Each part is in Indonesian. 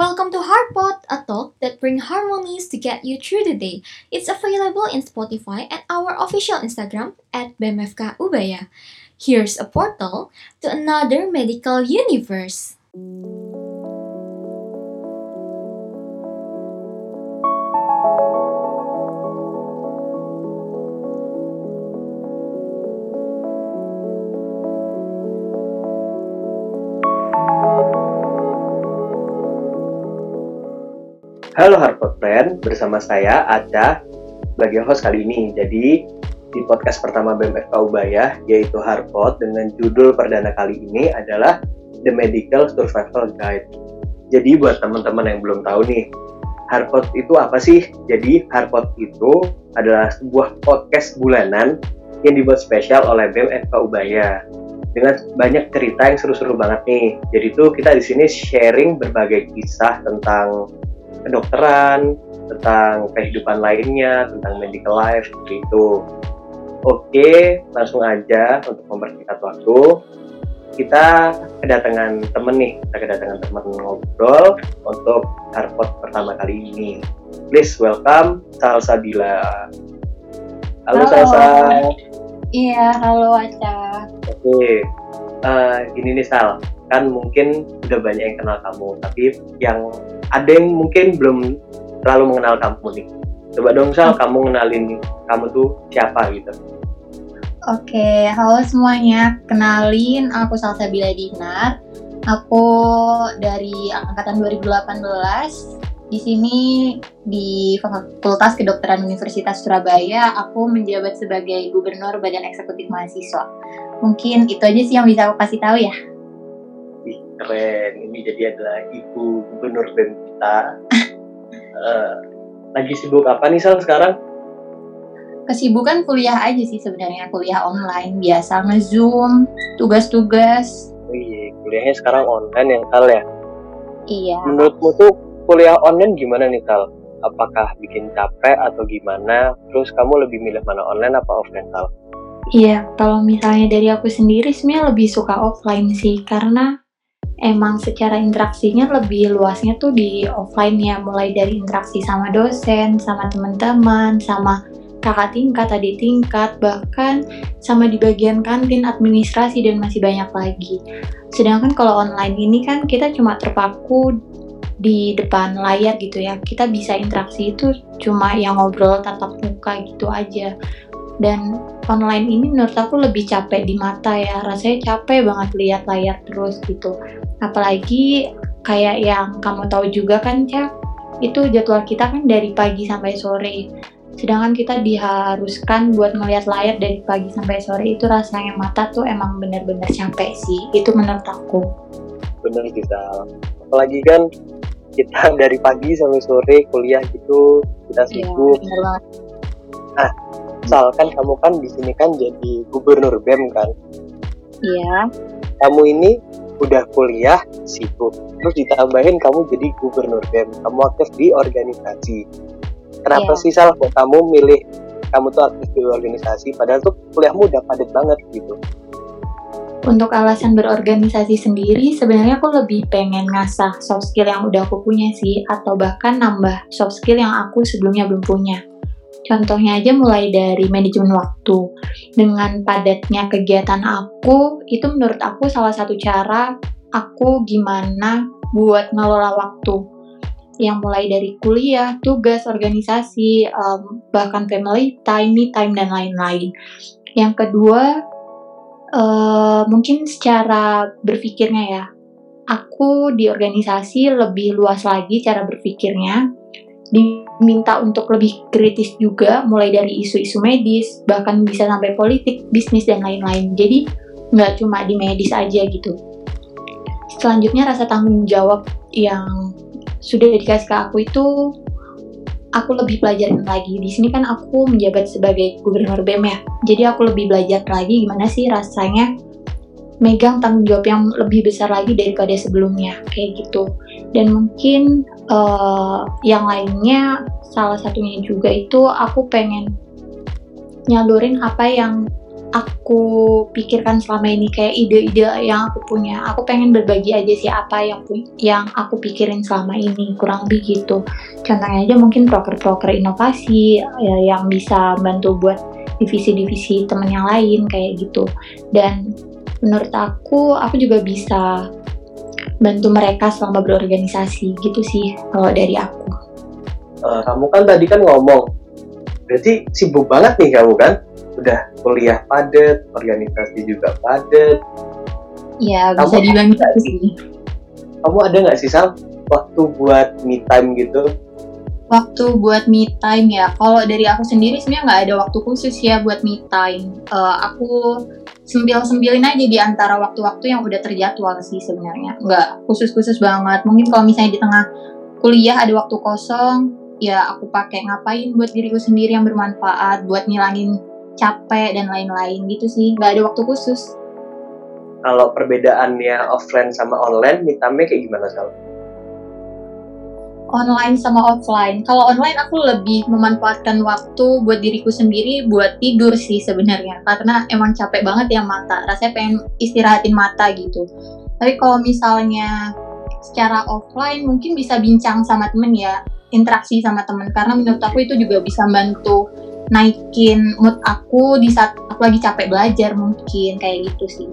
Welcome to Heartpot, a talk that brings harmonies to get you through the day. It's available in Spotify and our official Instagram at BMFK Ubaya. Here's a portal to another medical universe. Halo Harpot Friend, bersama saya Aca sebagai host kali ini. Jadi di podcast pertama BMFK Ubaya, yaitu Harpot, dengan judul perdana kali ini adalah The Medical Survival Guide. Jadi buat teman-teman yang belum tahu nih, Harpot itu apa sih? Jadi Harpot itu adalah sebuah podcast bulanan yang dibuat spesial oleh BMFK Ubaya dengan banyak cerita yang seru-seru banget nih. Jadi tuh kita di sini sharing berbagai kisah tentang kedokteran, tentang kehidupan lainnya, tentang medical life, seperti itu. Oke, langsung aja untuk mempersingkat waktu, kita kedatangan temen ngobrol untuk Harpot pertama kali ini. Please welcome Salsabila. Halo Salsa. Iya, halo Aca. Oke, gini nih Sal, kan mungkin udah banyak yang kenal kamu, tapi yang ada yang mungkin belum terlalu mengenal kamu nih. Coba dong Sal, kamu kenalin kamu tuh siapa gitu. Oke, halo semuanya. Kenalin, aku Salsabila Dinar. Aku dari angkatan 2018. Di sini di Fakultas Kedokteran Universitas Surabaya, aku menjabat sebagai Gubernur Badan Eksekutif Mahasiswa. Mungkin itu aja sih yang bisa aku kasih tahu ya. Wih, keren. Ini jadi adalah Ibu Gubernur BEM kita. Lagi sibuk apa nih Sal sekarang? Kesibukan kuliah aja sih sebenarnya, kuliah online biasa nge-zoom, tugas-tugas. Wih, kuliahnya sekarang online ya Sal ya? Iya. Menurutmu tuh kuliah online gimana nih Sal? Apakah bikin capek atau gimana? Terus kamu lebih milih mana, online apa offline Sal? Iya, kalau misalnya dari aku sendiri sebenarnya lebih suka offline sih, karena emang secara interaksinya lebih luasnya tuh di offline ya, mulai dari interaksi sama dosen, sama teman-teman, sama kakak tingkat, adik tingkat, bahkan sama di bagian kantin, administrasi, dan masih banyak lagi. Sedangkan kalau online ini kan kita cuma terpaku di depan layar gitu ya, kita bisa interaksi itu cuma yang ngobrol tatap muka gitu aja. Dan online ini menurut aku lebih capek di mata ya, rasanya capek banget lihat layar terus gitu. Apalagi kayak yang kamu tahu juga kan Cak, itu jadwal kita kan dari pagi sampai sore. Sedangkan kita diharuskan buat ngelihat layar dari pagi sampai sore, itu rasanya mata tuh emang benar-benar capek sih. Itu menurut aku. Bener sih Sal. Apalagi kan kita dari pagi sampai sore kuliah gitu, kita sibuk. Iya, benar banget. Nah, Sal, kan kamu kan di sini kan jadi Gubernur BEM kan? Iya. Kamu ini udah kuliah, sibuk, terus ditambahin kamu jadi Gubernur BEM, kamu aktif di organisasi. Kenapa sih Sal, kok kamu milih kamu tuh aktif di organisasi, padahal tuh kuliahmu udah padat banget gitu? Untuk alasan berorganisasi sendiri, sebenarnya aku lebih pengen ngasah soft skill yang udah aku punya sih, atau bahkan nambah soft skill yang aku sebelumnya belum punya. Contohnya aja mulai dari manajemen waktu. Dengan padatnya kegiatan aku, itu menurut aku salah satu cara aku gimana buat ngelola waktu. Yang mulai dari kuliah, tugas, organisasi, bahkan family time, me time, dan lain-lain. Yang kedua, mungkin secara berpikirnya ya, aku di organisasi lebih luas lagi cara berpikirnya, diminta untuk lebih kritis juga, mulai dari isu-isu medis, bahkan bisa sampai politik, bisnis, dan lain-lain. Jadi nggak cuma di medis aja gitu. Selanjutnya rasa tanggung jawab yang sudah dikasih ke aku itu aku lebih pelajarin lagi. Di sini kan aku menjabat sebagai Gubernur BEM ya. Jadi aku lebih belajar lagi gimana sih rasanya megang tanggung jawab yang lebih besar lagi daripada sebelumnya, kayak gitu. Dan mungkin yang lainnya, salah satunya juga itu aku pengen nyalurin apa yang aku pikirkan selama ini, kayak ide-ide yang aku punya. Aku pengen berbagi aja sih apa yang aku pikirin selama ini, kurang lebih gitu. Contohnya aja mungkin proker-proker inovasi ya, yang bisa bantu buat divisi-divisi temen yang lain kayak gitu. Dan menurut aku juga bisa bantu mereka selama berorganisasi gitu sih kalau dari aku. Kamu kan tadi kan ngomong, berarti sibuk banget nih kamu kan? Udah kuliah padat, organisasi juga padat. Ya, bisa dibilang gitu sih. Kamu ada nggak sih, Sal, waktu buat me time gitu? Waktu buat me time ya, kalau dari aku sendiri sebenarnya nggak ada waktu khusus ya buat me time. Aku sembil-sembilin aja di antara waktu-waktu yang udah terjadwal sih sebenarnya. Nggak khusus-khusus banget. Mungkin kalau misalnya di tengah kuliah ada waktu kosong, ya aku pakai ngapain buat diriku sendiri yang bermanfaat, buat ngilangin capek dan lain-lain gitu sih. Nggak ada waktu khusus. Kalau perbedaannya offline sama online, me time-nya kayak gimana, Sal? Online sama offline. Kalau online aku lebih memanfaatkan waktu buat diriku sendiri buat tidur sih sebenarnya. Karena emang capek banget ya mata. Rasanya pengen istirahatin mata gitu. Tapi kalau misalnya secara offline mungkin bisa bincang sama temen ya. Interaksi sama temen. Karena menurut aku itu juga bisa bantu naikin mood aku di saat aku lagi capek belajar mungkin. Kayak gitu sih.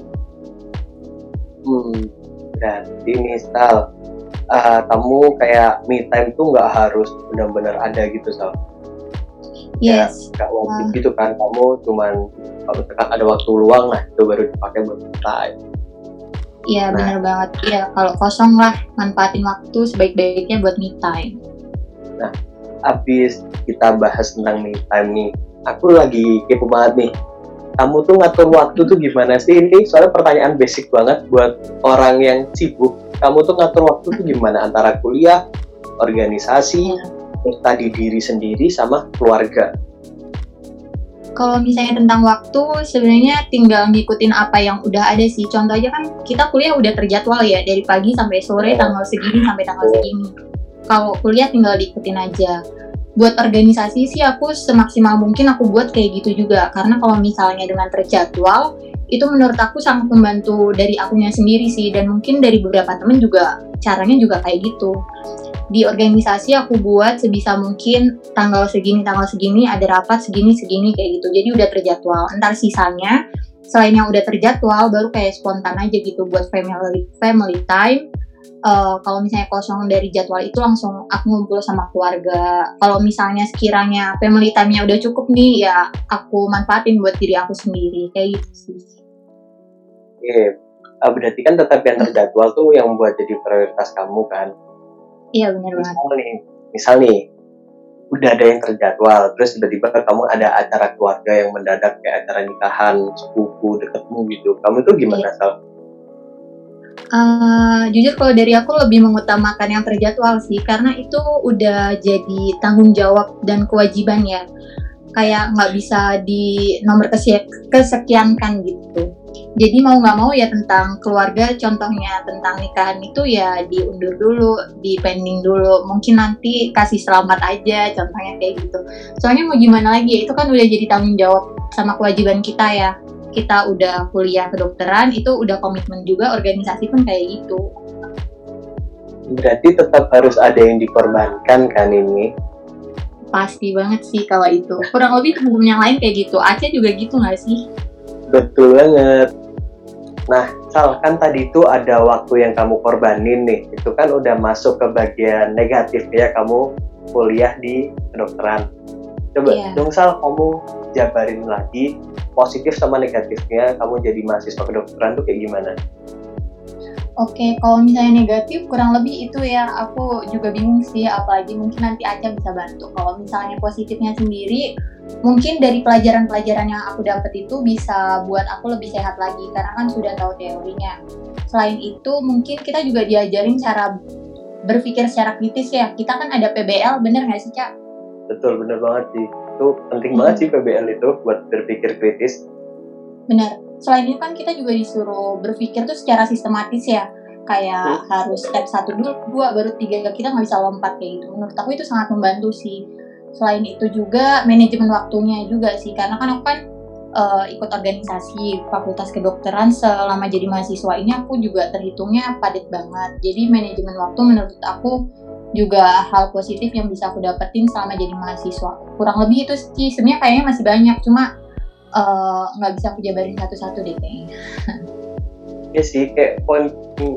Berarti nih, Sal, kamu kayak me time tuh nggak harus benar-benar ada gitu, Sal. Yes. Nggak wajib gitu kan, kamu cuman kalau misalkan ada waktu luang lah itu baru dipakai buat me time. Iya, benar banget. Iya, kalau kosong lah manfaatin waktu sebaik-baiknya buat me time. Nah, abis kita bahas tentang me time nih, aku lagi kepo banget nih. Kamu tuh ngatur waktu tuh gimana sih? Ini soalnya pertanyaan basic banget buat orang yang sibuk. Kamu tuh ngatur waktu tuh gimana antara kuliah, organisasi, terus tadi diri sendiri sama keluarga? Kalau misalnya tentang waktu, sebenarnya tinggal ngikutin apa yang udah ada sih. Contoh aja kan kita kuliah udah terjadwal ya, dari pagi sampai sore, tanggal segini sampai tanggal segini. Kalau kuliah tinggal diikutin aja. Buat organisasi sih aku semaksimal mungkin aku buat kayak gitu juga. Karena kalau misalnya dengan terjadwal, itu menurut aku sangat membantu dari akunya sendiri sih. Dan mungkin dari beberapa temen juga caranya juga kayak gitu. Di organisasi aku buat sebisa mungkin tanggal segini ada rapat segini kayak gitu. Jadi udah terjadwal. Entar sisanya selain yang udah terjadwal baru kayak spontan aja gitu buat family time. Kalau misalnya kosong dari jadwal itu langsung aku ngumpul sama keluarga. Kalau misalnya sekiranya family time-nya udah cukup nih, ya aku manfaatin buat diri aku sendiri kayak gitu sih. Berarti kan tetap yang terjadwal tuh yang buat jadi prioritas kamu kan? Iya, benar banget. Misal nih, udah ada yang terjadwal, terus tiba-tiba kamu ada acara keluarga yang mendadak kayak acara nikahan sepupu deketmu gitu. Kamu tuh gimana, Sal? Jujur kalau dari aku lebih mengutamakan yang terjadwal sih, karena itu udah jadi tanggung jawab dan kewajiban ya. Kayak nggak bisa di nomor kesekiankan gitu. Jadi mau nggak mau ya tentang keluarga, contohnya tentang nikahan itu ya diundur dulu, dipending dulu. Mungkin nanti kasih selamat aja, contohnya kayak gitu. Soalnya mau gimana lagi, itu kan udah jadi tanggung jawab sama kewajiban kita ya. Kita udah kuliah kedokteran, itu udah komitmen juga, organisasi pun kayak gitu. Berarti tetap harus ada yang dikorbankan kan ini? Pasti banget sih kalau itu. Kurang lebih temen-temen yang lain kayak gitu. Aceh juga gitu nggak sih? Betul banget. Nah, Sal, kan tadi itu ada waktu yang kamu korbanin nih. Itu kan udah masuk ke bagian negatif ya, kamu kuliah di kedokteran. Coba dong, Sal, kamu jabarin lagi positif sama negatifnya kamu jadi mahasiswa kedokteran tuh kayak gimana? Oke, kalau misalnya negatif kurang lebih itu ya, aku juga bingung sih, apalagi mungkin nanti Aca bisa bantu. Kalau misalnya positifnya sendiri, mungkin dari pelajaran-pelajaran yang aku dapat itu bisa buat aku lebih sehat lagi, karena kan sudah tahu teorinya. Selain itu, mungkin kita juga diajarin cara berpikir secara kritis ya. Kita kan ada PBL, bener nggak sih, Ca? Betul, bener banget sih. Itu penting banget sih PBL itu buat berpikir kritis. Benar. Selain itu kan kita juga disuruh berpikir tuh secara sistematis ya. Kayak harus step 1 dulu, 2, baru 3. Kita nggak bisa lompat kayak gitu. Menurut aku itu sangat membantu sih. Selain itu juga manajemen waktunya juga sih. Karena kan aku kan ikut organisasi fakultas kedokteran selama jadi mahasiswa ini aku juga terhitungnya padat banget. Jadi manajemen waktu menurut aku juga hal positif yang bisa aku dapetin selama jadi mahasiswa. Kurang lebih itu sih, sebenarnya kayaknya masih banyak, cuma nggak bisa aku jabarin satu-satu deh kayaknya. Ya sih, kayak poin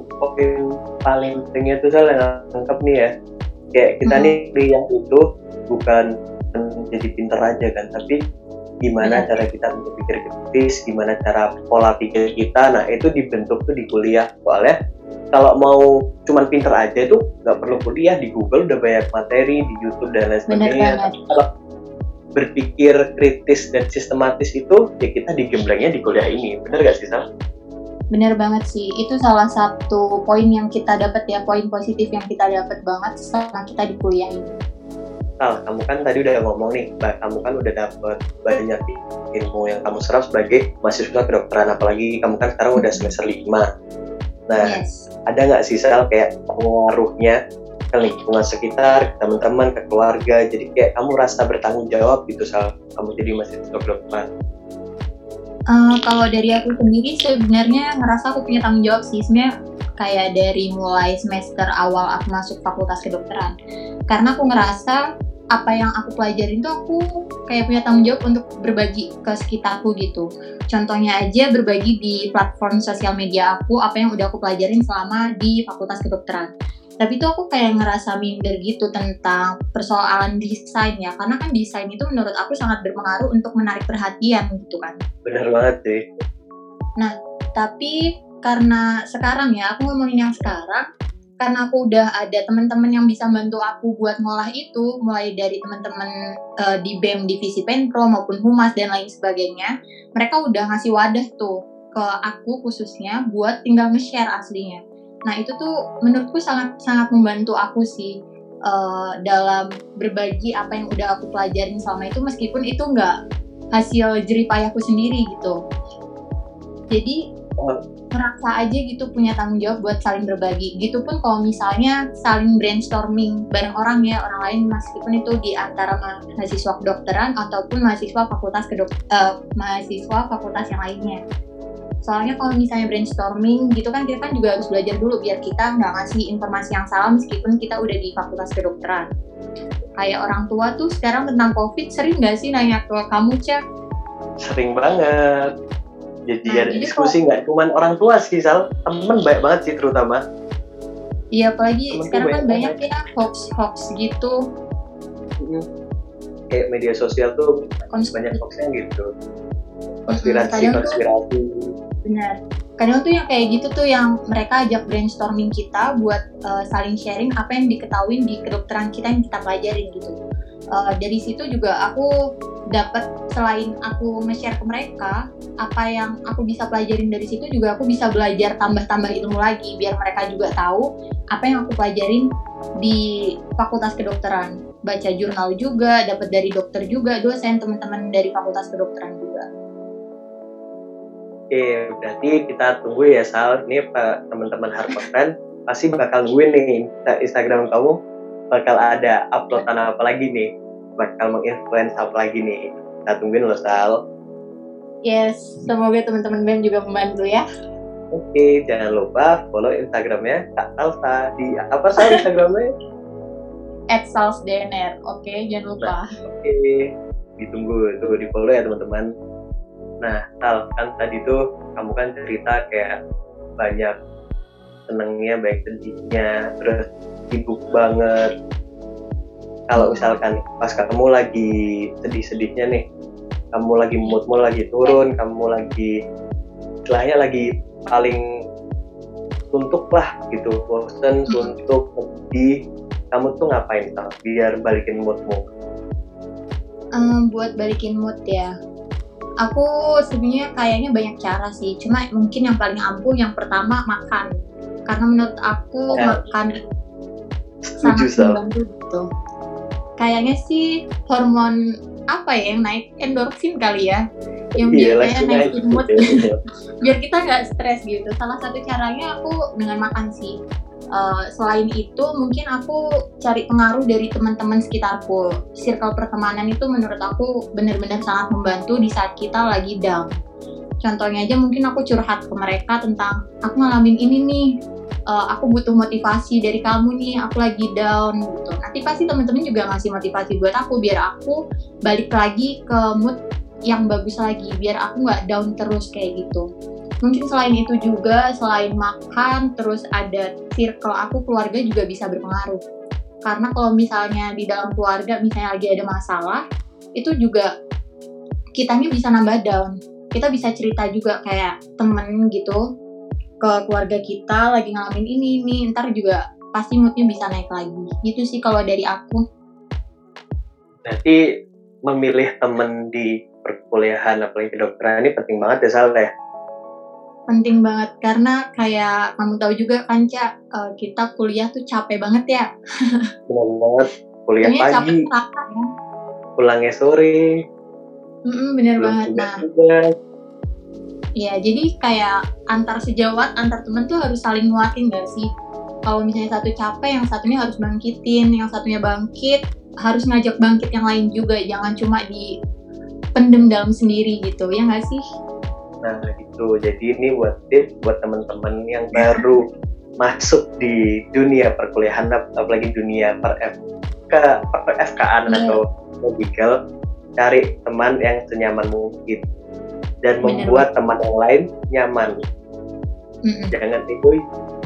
paling pentingnya tuh saya nangkep nih ya, kayak kita nih yang itu bukan jadi pinter aja kan, tapi gimana cara kita berpikir kritis, gimana cara pola pikir kita. Nah itu dibentuk tuh di kuliah. Soalnya kalau mau cuman pinter aja tuh nggak perlu kuliah, di Google udah banyak materi, di YouTube dan lain sebagainya. Kalau berpikir kritis dan sistematis itu ya kita digemblengnya di kuliah ini. Bener gak sih Sal? Bener banget sih, itu salah satu poin yang kita dapat ya, poin positif yang kita dapat banget selama kita di kuliah ini. Sal, kamu kan tadi udah ngomong nih, kamu kan udah dapet banyak ilmu yang kamu serap sebagai mahasiswa kedokteran, apalagi kamu kan sekarang udah semester 5. Nah, ada nggak sih Sal kayak pengaruhnya ke lingkungan sekitar, ke teman-teman, ke keluarga, jadi kayak kamu rasa bertanggung jawab gitu Sal, kamu jadi mahasiswa kedokteran? Kalau dari aku sendiri sebenarnya ngerasa aku punya tanggung jawab sih, sebenarnya kayak dari mulai semester awal aku masuk fakultas kedokteran, karena aku ngerasa apa yang aku pelajarin tuh aku kayak punya tanggung jawab untuk berbagi ke sekitarku gitu. Contohnya aja berbagi di platform sosial media aku apa yang udah aku pelajarin selama di fakultas kedokteran. Tapi tuh aku kayak ngerasa minder gitu tentang persoalan desain ya, karena kan desain itu menurut aku sangat berpengaruh untuk menarik perhatian gitu kan. Bener banget sih. Nah, tapi karena sekarang ya, aku ngomongin yang sekarang, karena aku udah ada teman-teman yang bisa bantu aku buat ngolah itu, mulai dari teman-teman di BEM Divisi Penpro maupun Humas dan lain sebagainya, mereka udah ngasih wadah tuh ke aku khususnya buat tinggal nge-share aslinya. Nah itu tuh menurutku sangat membantu aku sih dalam berbagi apa yang udah aku pelajarin selama itu, meskipun itu nggak hasil jerih payahku sendiri gitu. Jadi ngerasa aja gitu punya tanggung jawab buat saling berbagi. Gitu pun kalau misalnya saling brainstorming bareng orang lain, meskipun itu di antara mahasiswa kedokteran ataupun mahasiswa fakultas yang lainnya. Soalnya kalau misalnya brainstorming gitu kan, kita kan juga harus belajar dulu biar kita nggak ngasih informasi yang salah meskipun kita udah di fakultas kedokteran. Kayak orang tua tuh sekarang tentang COVID sering nggak sih nanya ke kamu, Cak? Sering banget. Jadi ada diskusi nggak cuma orang tua sih, Sal. Temen banyak banget sih terutama. Iya, apalagi temen sekarang kan banyak ya hoax gitu. Kayak media sosial tuh banyak hoaxnya gitu. Konspirasi. Benar. Kadang tuh yang kayak gitu tuh yang mereka ajak brainstorming kita buat saling sharing apa yang diketahui di kedokteran kita yang kita pelajarin gitu. Dari situ juga aku dapat, selain aku nge-share ke mereka apa yang aku bisa pelajarin dari situ, juga aku bisa belajar tambah ilmu lagi biar mereka juga tahu apa yang aku pelajarin di fakultas kedokteran. Baca jurnal juga, dapat dari dokter juga, dosen, teman-teman dari fakultas kedokteran juga. Oke, berarti kita tunggu ya Sal. Ini teman-teman Harpotren pasti bakal nungguin nih Instagram kamu bakal ada uploadan apa lagi nih, bakal menginfluence apa lagi nih. Kita tungguin loh Sal. Yes, semoga teman-teman BEM juga membantu ya. Oke, jangan lupa follow Instagramnya Kak Salsa. Di apa Sal Instagramnya? @salsdnr. Oke, jangan lupa. Oke, ditunggu di follow ya teman-teman. Nah, Sal, kan tadi tuh kamu kan cerita kayak banyak senengnya, baik sedihnya, terus sibuk banget. Kalau misalkan pas kamu lagi sedih-sedihnya nih, kamu lagi moodmu lagi turun, kamu lagi istilahnya lagi paling suntuk lah gitu, bosen, suntuk, sedih, kamu tuh ngapain Sal biar balikin moodmu? Buat balikin mood ya, aku sebenarnya kayaknya banyak cara sih, cuma mungkin yang paling ampuh yang pertama makan, karena menurut aku makan sangat membantu gitu. Kayaknya sih hormon apa ya yang naik, endorfin kali ya, yang biasanya naikin mood biar kita nggak stres gitu. Salah satu caranya aku dengan makan sih. Selain itu mungkin aku cari pengaruh dari teman-teman sekitarku. Circle pertemanan itu menurut aku benar-benar sangat membantu di saat kita lagi down. Contohnya aja mungkin aku curhat ke mereka tentang aku ngalamin ini nih, aku butuh motivasi dari kamu nih, aku lagi down gitu. Nanti pasti teman-teman juga ngasih motivasi buat aku biar aku balik lagi ke mood yang bagus lagi, biar aku nggak down terus kayak gitu. Mungkin selain itu juga, selain makan, terus ada circle aku, keluarga juga bisa berpengaruh. Karena kalau misalnya di dalam keluarga misalnya lagi ada masalah, itu juga kitanya bisa nambah down. Kita bisa cerita juga kayak temen gitu ke keluarga kita lagi ngalamin ini, ntar juga pasti moodnya bisa naik lagi. Gitu sih kalau dari aku. Berarti memilih temen di perkuliahan apalagi kedokteran ini penting banget ya Sal ya? Penting banget karena kayak kamu tahu juga kan Ca, kita kuliah tuh capek banget ya. Benar banget, kuliah Sebenarnya capek pagi, terasa ya. pulangnya sore, Bener belum banget. Nah, tugas. ya jadi kayak antar sejawat, antar temen tuh harus saling nguatin gak sih? Kalau misalnya satu capek, yang satunya harus bangkitin, yang satunya bangkit, harus ngajak bangkit yang lain juga, jangan cuma dipendem dalam sendiri gitu, ya nggak sih? Nah gitu, jadi ini buat tips buat teman-teman yang baru masuk di dunia perkuliahan, apalagi dunia FK-an atau medical, cari teman yang senyaman mungkin dan Bener membuat teman yang lain nyaman. Jangan egois.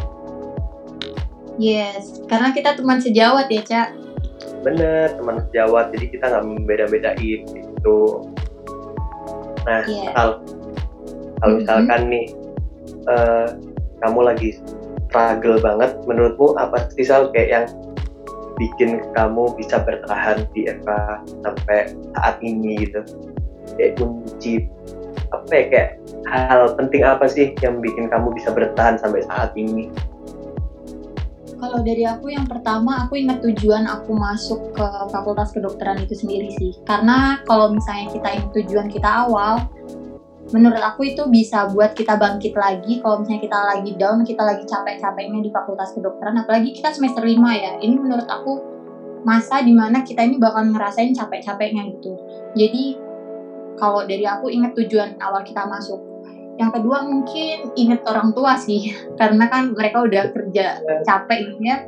Yes, karena kita teman sejawat ya, Ca. Bener, teman sejawat, jadi kita nggak membeda-bedain gitu. Nah, kalau misalkan nih kamu lagi struggle banget, menurutmu apa sih Sal kayak yang bikin kamu bisa bertahan di FK sampai saat ini gitu? Kayak kunci apa ya, kayak hal penting apa sih yang bikin kamu bisa bertahan sampai saat ini? Kalau dari aku yang pertama, aku ingat tujuan aku masuk ke Fakultas Kedokteran itu sendiri sih. Karena kalau misalnya kita ingat tujuan kita awal, menurut aku itu bisa buat kita bangkit lagi. Kalau misalnya kita lagi down, kita lagi capek-capeknya di Fakultas Kedokteran, apalagi kita semester 5 ya. Ini menurut aku masa dimana kita ini bakal ngerasain capek-capeknya gitu. Jadi kalau dari aku ingat tujuan awal kita masuk. Yang kedua mungkin ingat orang tua sih, karena kan mereka udah kerja capek gitu ya.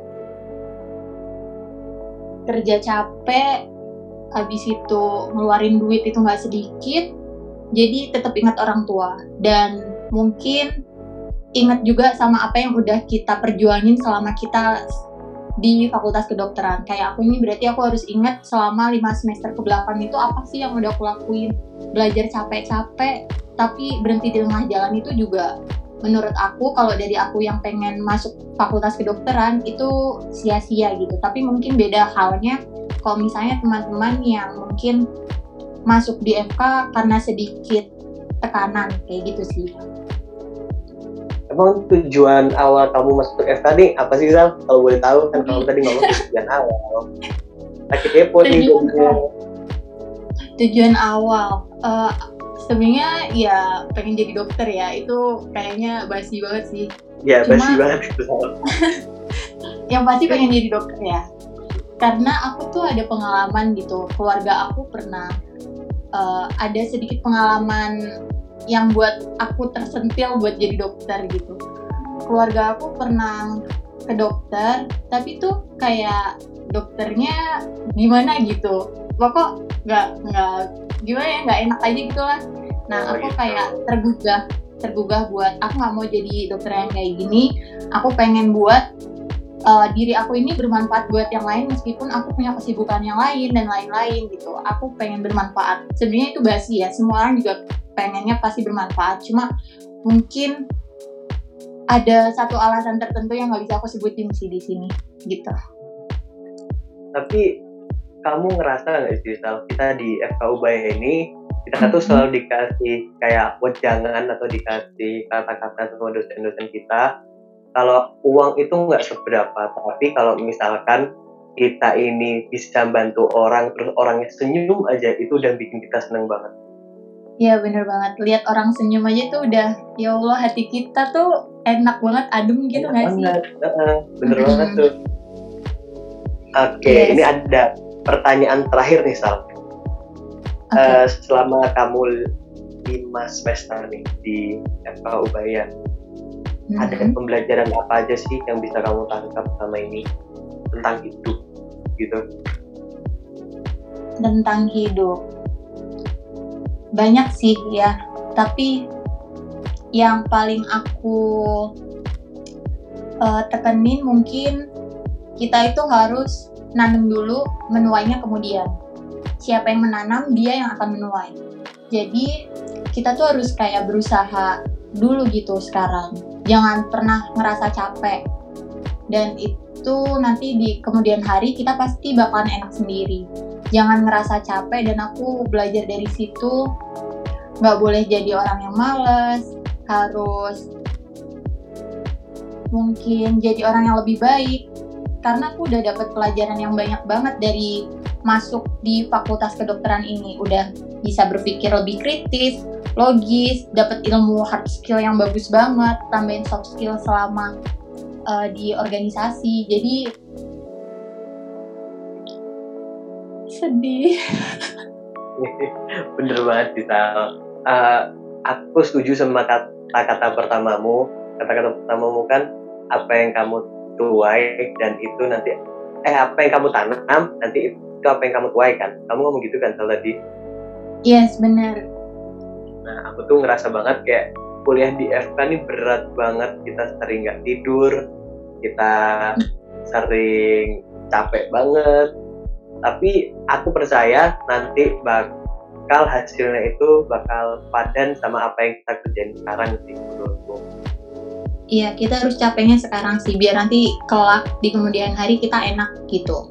Kerja capek, habis itu ngeluarin duit itu nggak sedikit, jadi tetap ingat orang tua. Dan mungkin ingat juga sama apa yang udah kita perjuangin selama kita di Fakultas Kedokteran. Kayak aku ini berarti aku harus ingat selama 5 semester ke-8 itu apa sih yang udah aku lakuin. Belajar capek-capek, tapi berhenti di tengah jalan itu juga menurut aku, kalau dari aku yang pengen masuk Fakultas Kedokteran itu sia-sia gitu. Tapi mungkin beda halnya kalau misalnya teman-teman yang mungkin masuk di FK karena sedikit tekanan, kayak gitu sih. Emang tujuan awal kamu masuk FK nih apa sih Sal? Kalau boleh tahu kan kamu tadi ngomong tujuan awal. Lagi kepo nih. Tujuan awal, sebenarnya ya pengen jadi dokter ya, itu kayaknya basi banget sih. Ya basi banget itu. Yang pasti pengen jadi dokter ya, karena aku tuh ada pengalaman gitu, keluarga aku pernah ada sedikit pengalaman yang buat aku tersentil buat jadi dokter gitu. Keluarga aku pernah ke dokter, tapi tuh kayak dokternya gimana gitu, pokok nggak gimana ya, nggak enak aja gitu lah. Nah aku kayak tergugah buat aku nggak mau jadi dokter yang kayak gini. Aku pengen buat diri aku ini bermanfaat buat yang lain, meskipun aku punya kesibukan yang lain dan lain-lain gitu. Aku pengen bermanfaat. Sebenarnya itu basi ya, semua orang juga pengennya pasti bermanfaat. Cuma mungkin ada satu alasan tertentu yang nggak bisa aku sebutin sih di sini gitu. Tapi kamu ngerasa nggak sih Sal, kita di FK Ubaya ini kita tuh selalu dikasih kayak wejangan atau dikasih kata-kata sama dosen-dosen kita kalau uang itu nggak seberapa, tapi kalau misalkan kita ini bisa bantu orang terus orangnya senyum aja, itu udah bikin kita seneng banget. Iya bener banget, lihat orang senyum aja tuh udah, ya Allah, hati kita tuh enak banget, adem gitu nggak sih? Banget, bener banget tuh. Oke, Yes. ini ada pertanyaan terakhir nih Sal. Oke. Selama kamu 5 semester nih di FK Ubaya, ada pembelajaran apa aja sih yang bisa kamu tangkap sama ini tentang hidup gitu? Tentang hidup banyak sih ya, tapi yang paling aku tekenin mungkin kita itu harus nanam dulu, menuainya kemudian. Siapa yang menanam, dia yang akan menuai. Jadi kita tuh harus kayak berusaha dulu gitu sekarang. Jangan pernah ngerasa capek. Dan itu nanti di kemudian hari kita pasti bakalan enak sendiri. Jangan ngerasa capek, dan aku belajar dari situ nggak boleh jadi orang yang malas, harus mungkin jadi orang yang lebih baik. Karena aku udah dapet pelajaran yang banyak banget dari masuk di fakultas kedokteran ini. Udah bisa berpikir lebih kritis, logis, dapet ilmu hard skill yang bagus banget, tambahin soft skill selama di organisasi. Jadi sedih. Bener banget sih Sal. Aku setuju sama kata-kata pertamamu. Kata-kata pertamamu kan apa yang kamu tuai dan itu nanti apa yang kamu tanam nanti itu apa yang kamu tuai kan. Kamu ngomong gitu kan Sal tadi? Yes, benar. Nah, aku tuh ngerasa banget kayak kuliah di FK ini berat banget. Kita sering nggak tidur, kita sering capek banget. Tapi aku percaya nanti bakal hasilnya itu bakal padan sama apa yang kita kerjain sekarang sih menurutku. Iya, kita harus capeknya sekarang sih, biar nanti kelak di kemudian hari kita enak gitu.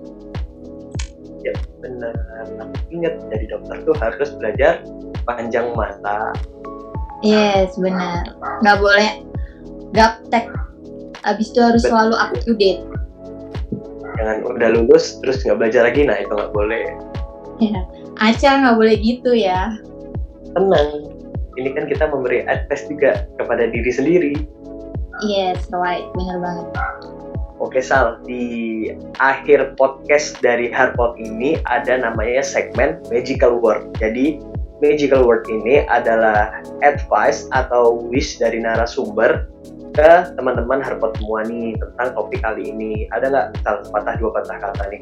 Ya benar. Ingat, jadi dokter tuh harus belajar panjang masa. Yes, benar. Nggak boleh gaptek. Abis itu harus selalu up to date. Jangan udah lulus terus nggak belajar lagi, nah itu nggak boleh. Ya, Aca nggak boleh gitu ya. Tenang, ini kan kita memberi advice juga kepada diri sendiri. Yes, right, benar banget. Oke Sal, di akhir podcast dari Harpot ini ada namanya segmen Magical Word. Jadi Magical Word ini adalah advice atau wish dari narasumber ke teman-teman Harpot semua nih tentang topik kali ini. Ada nggak Sal, sepatah dua patah kata nih?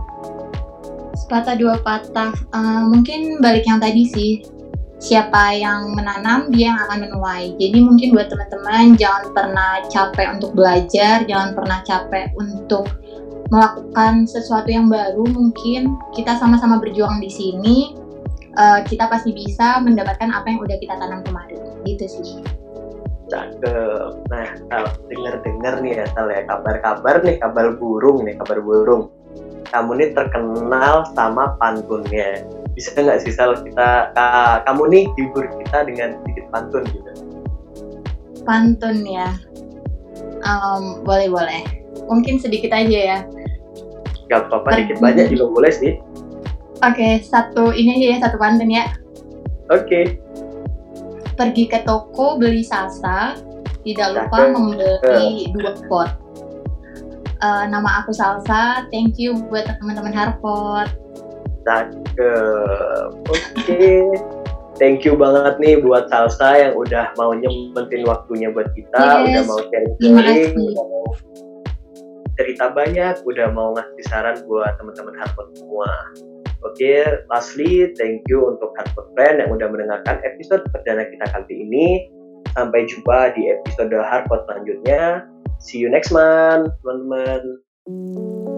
Sepatah dua patah, mungkin balik yang tadi sih. Siapa yang menanam, dia yang akan menuai. Jadi mungkin buat teman-teman, jangan pernah capek untuk belajar, jangan pernah capek untuk melakukan sesuatu yang baru. Mungkin kita sama-sama berjuang di sini, kita pasti bisa mendapatkan apa yang udah kita tanam kemarin. Gitu sih. Cakep. Nah, Sal, dengar nih ya Sal ya, kabar-kabar nih, kabar burung. Kamu nih terkenal sama pantunnya. Bisa nggak sih Sal, kamu nih hibur kita dengan sedikit pantun gitu? Pantun ya, boleh. Mungkin sedikit aja ya. Gak apa-apa, dikit banyak juga boleh sih. Oke, satu pantun ya. Oke. Pergi ke toko beli salsa, tidak lupa membeli 2 pot. Nama aku Salsa, thank you buat teman-teman Harpot. Cakep. Oke. Thank you banget nih buat Salsa yang udah mau nyempetin waktunya buat kita, udah mau sharing, udah mau cerita banyak, udah mau ngasih saran buat teman-teman Harpot semua. Oke, lastly, thank you untuk Harpot Friend yang udah mendengarkan episode perdana kita kali ini. Sampai jumpa di episode Harpot selanjutnya. See you next month, teman-teman.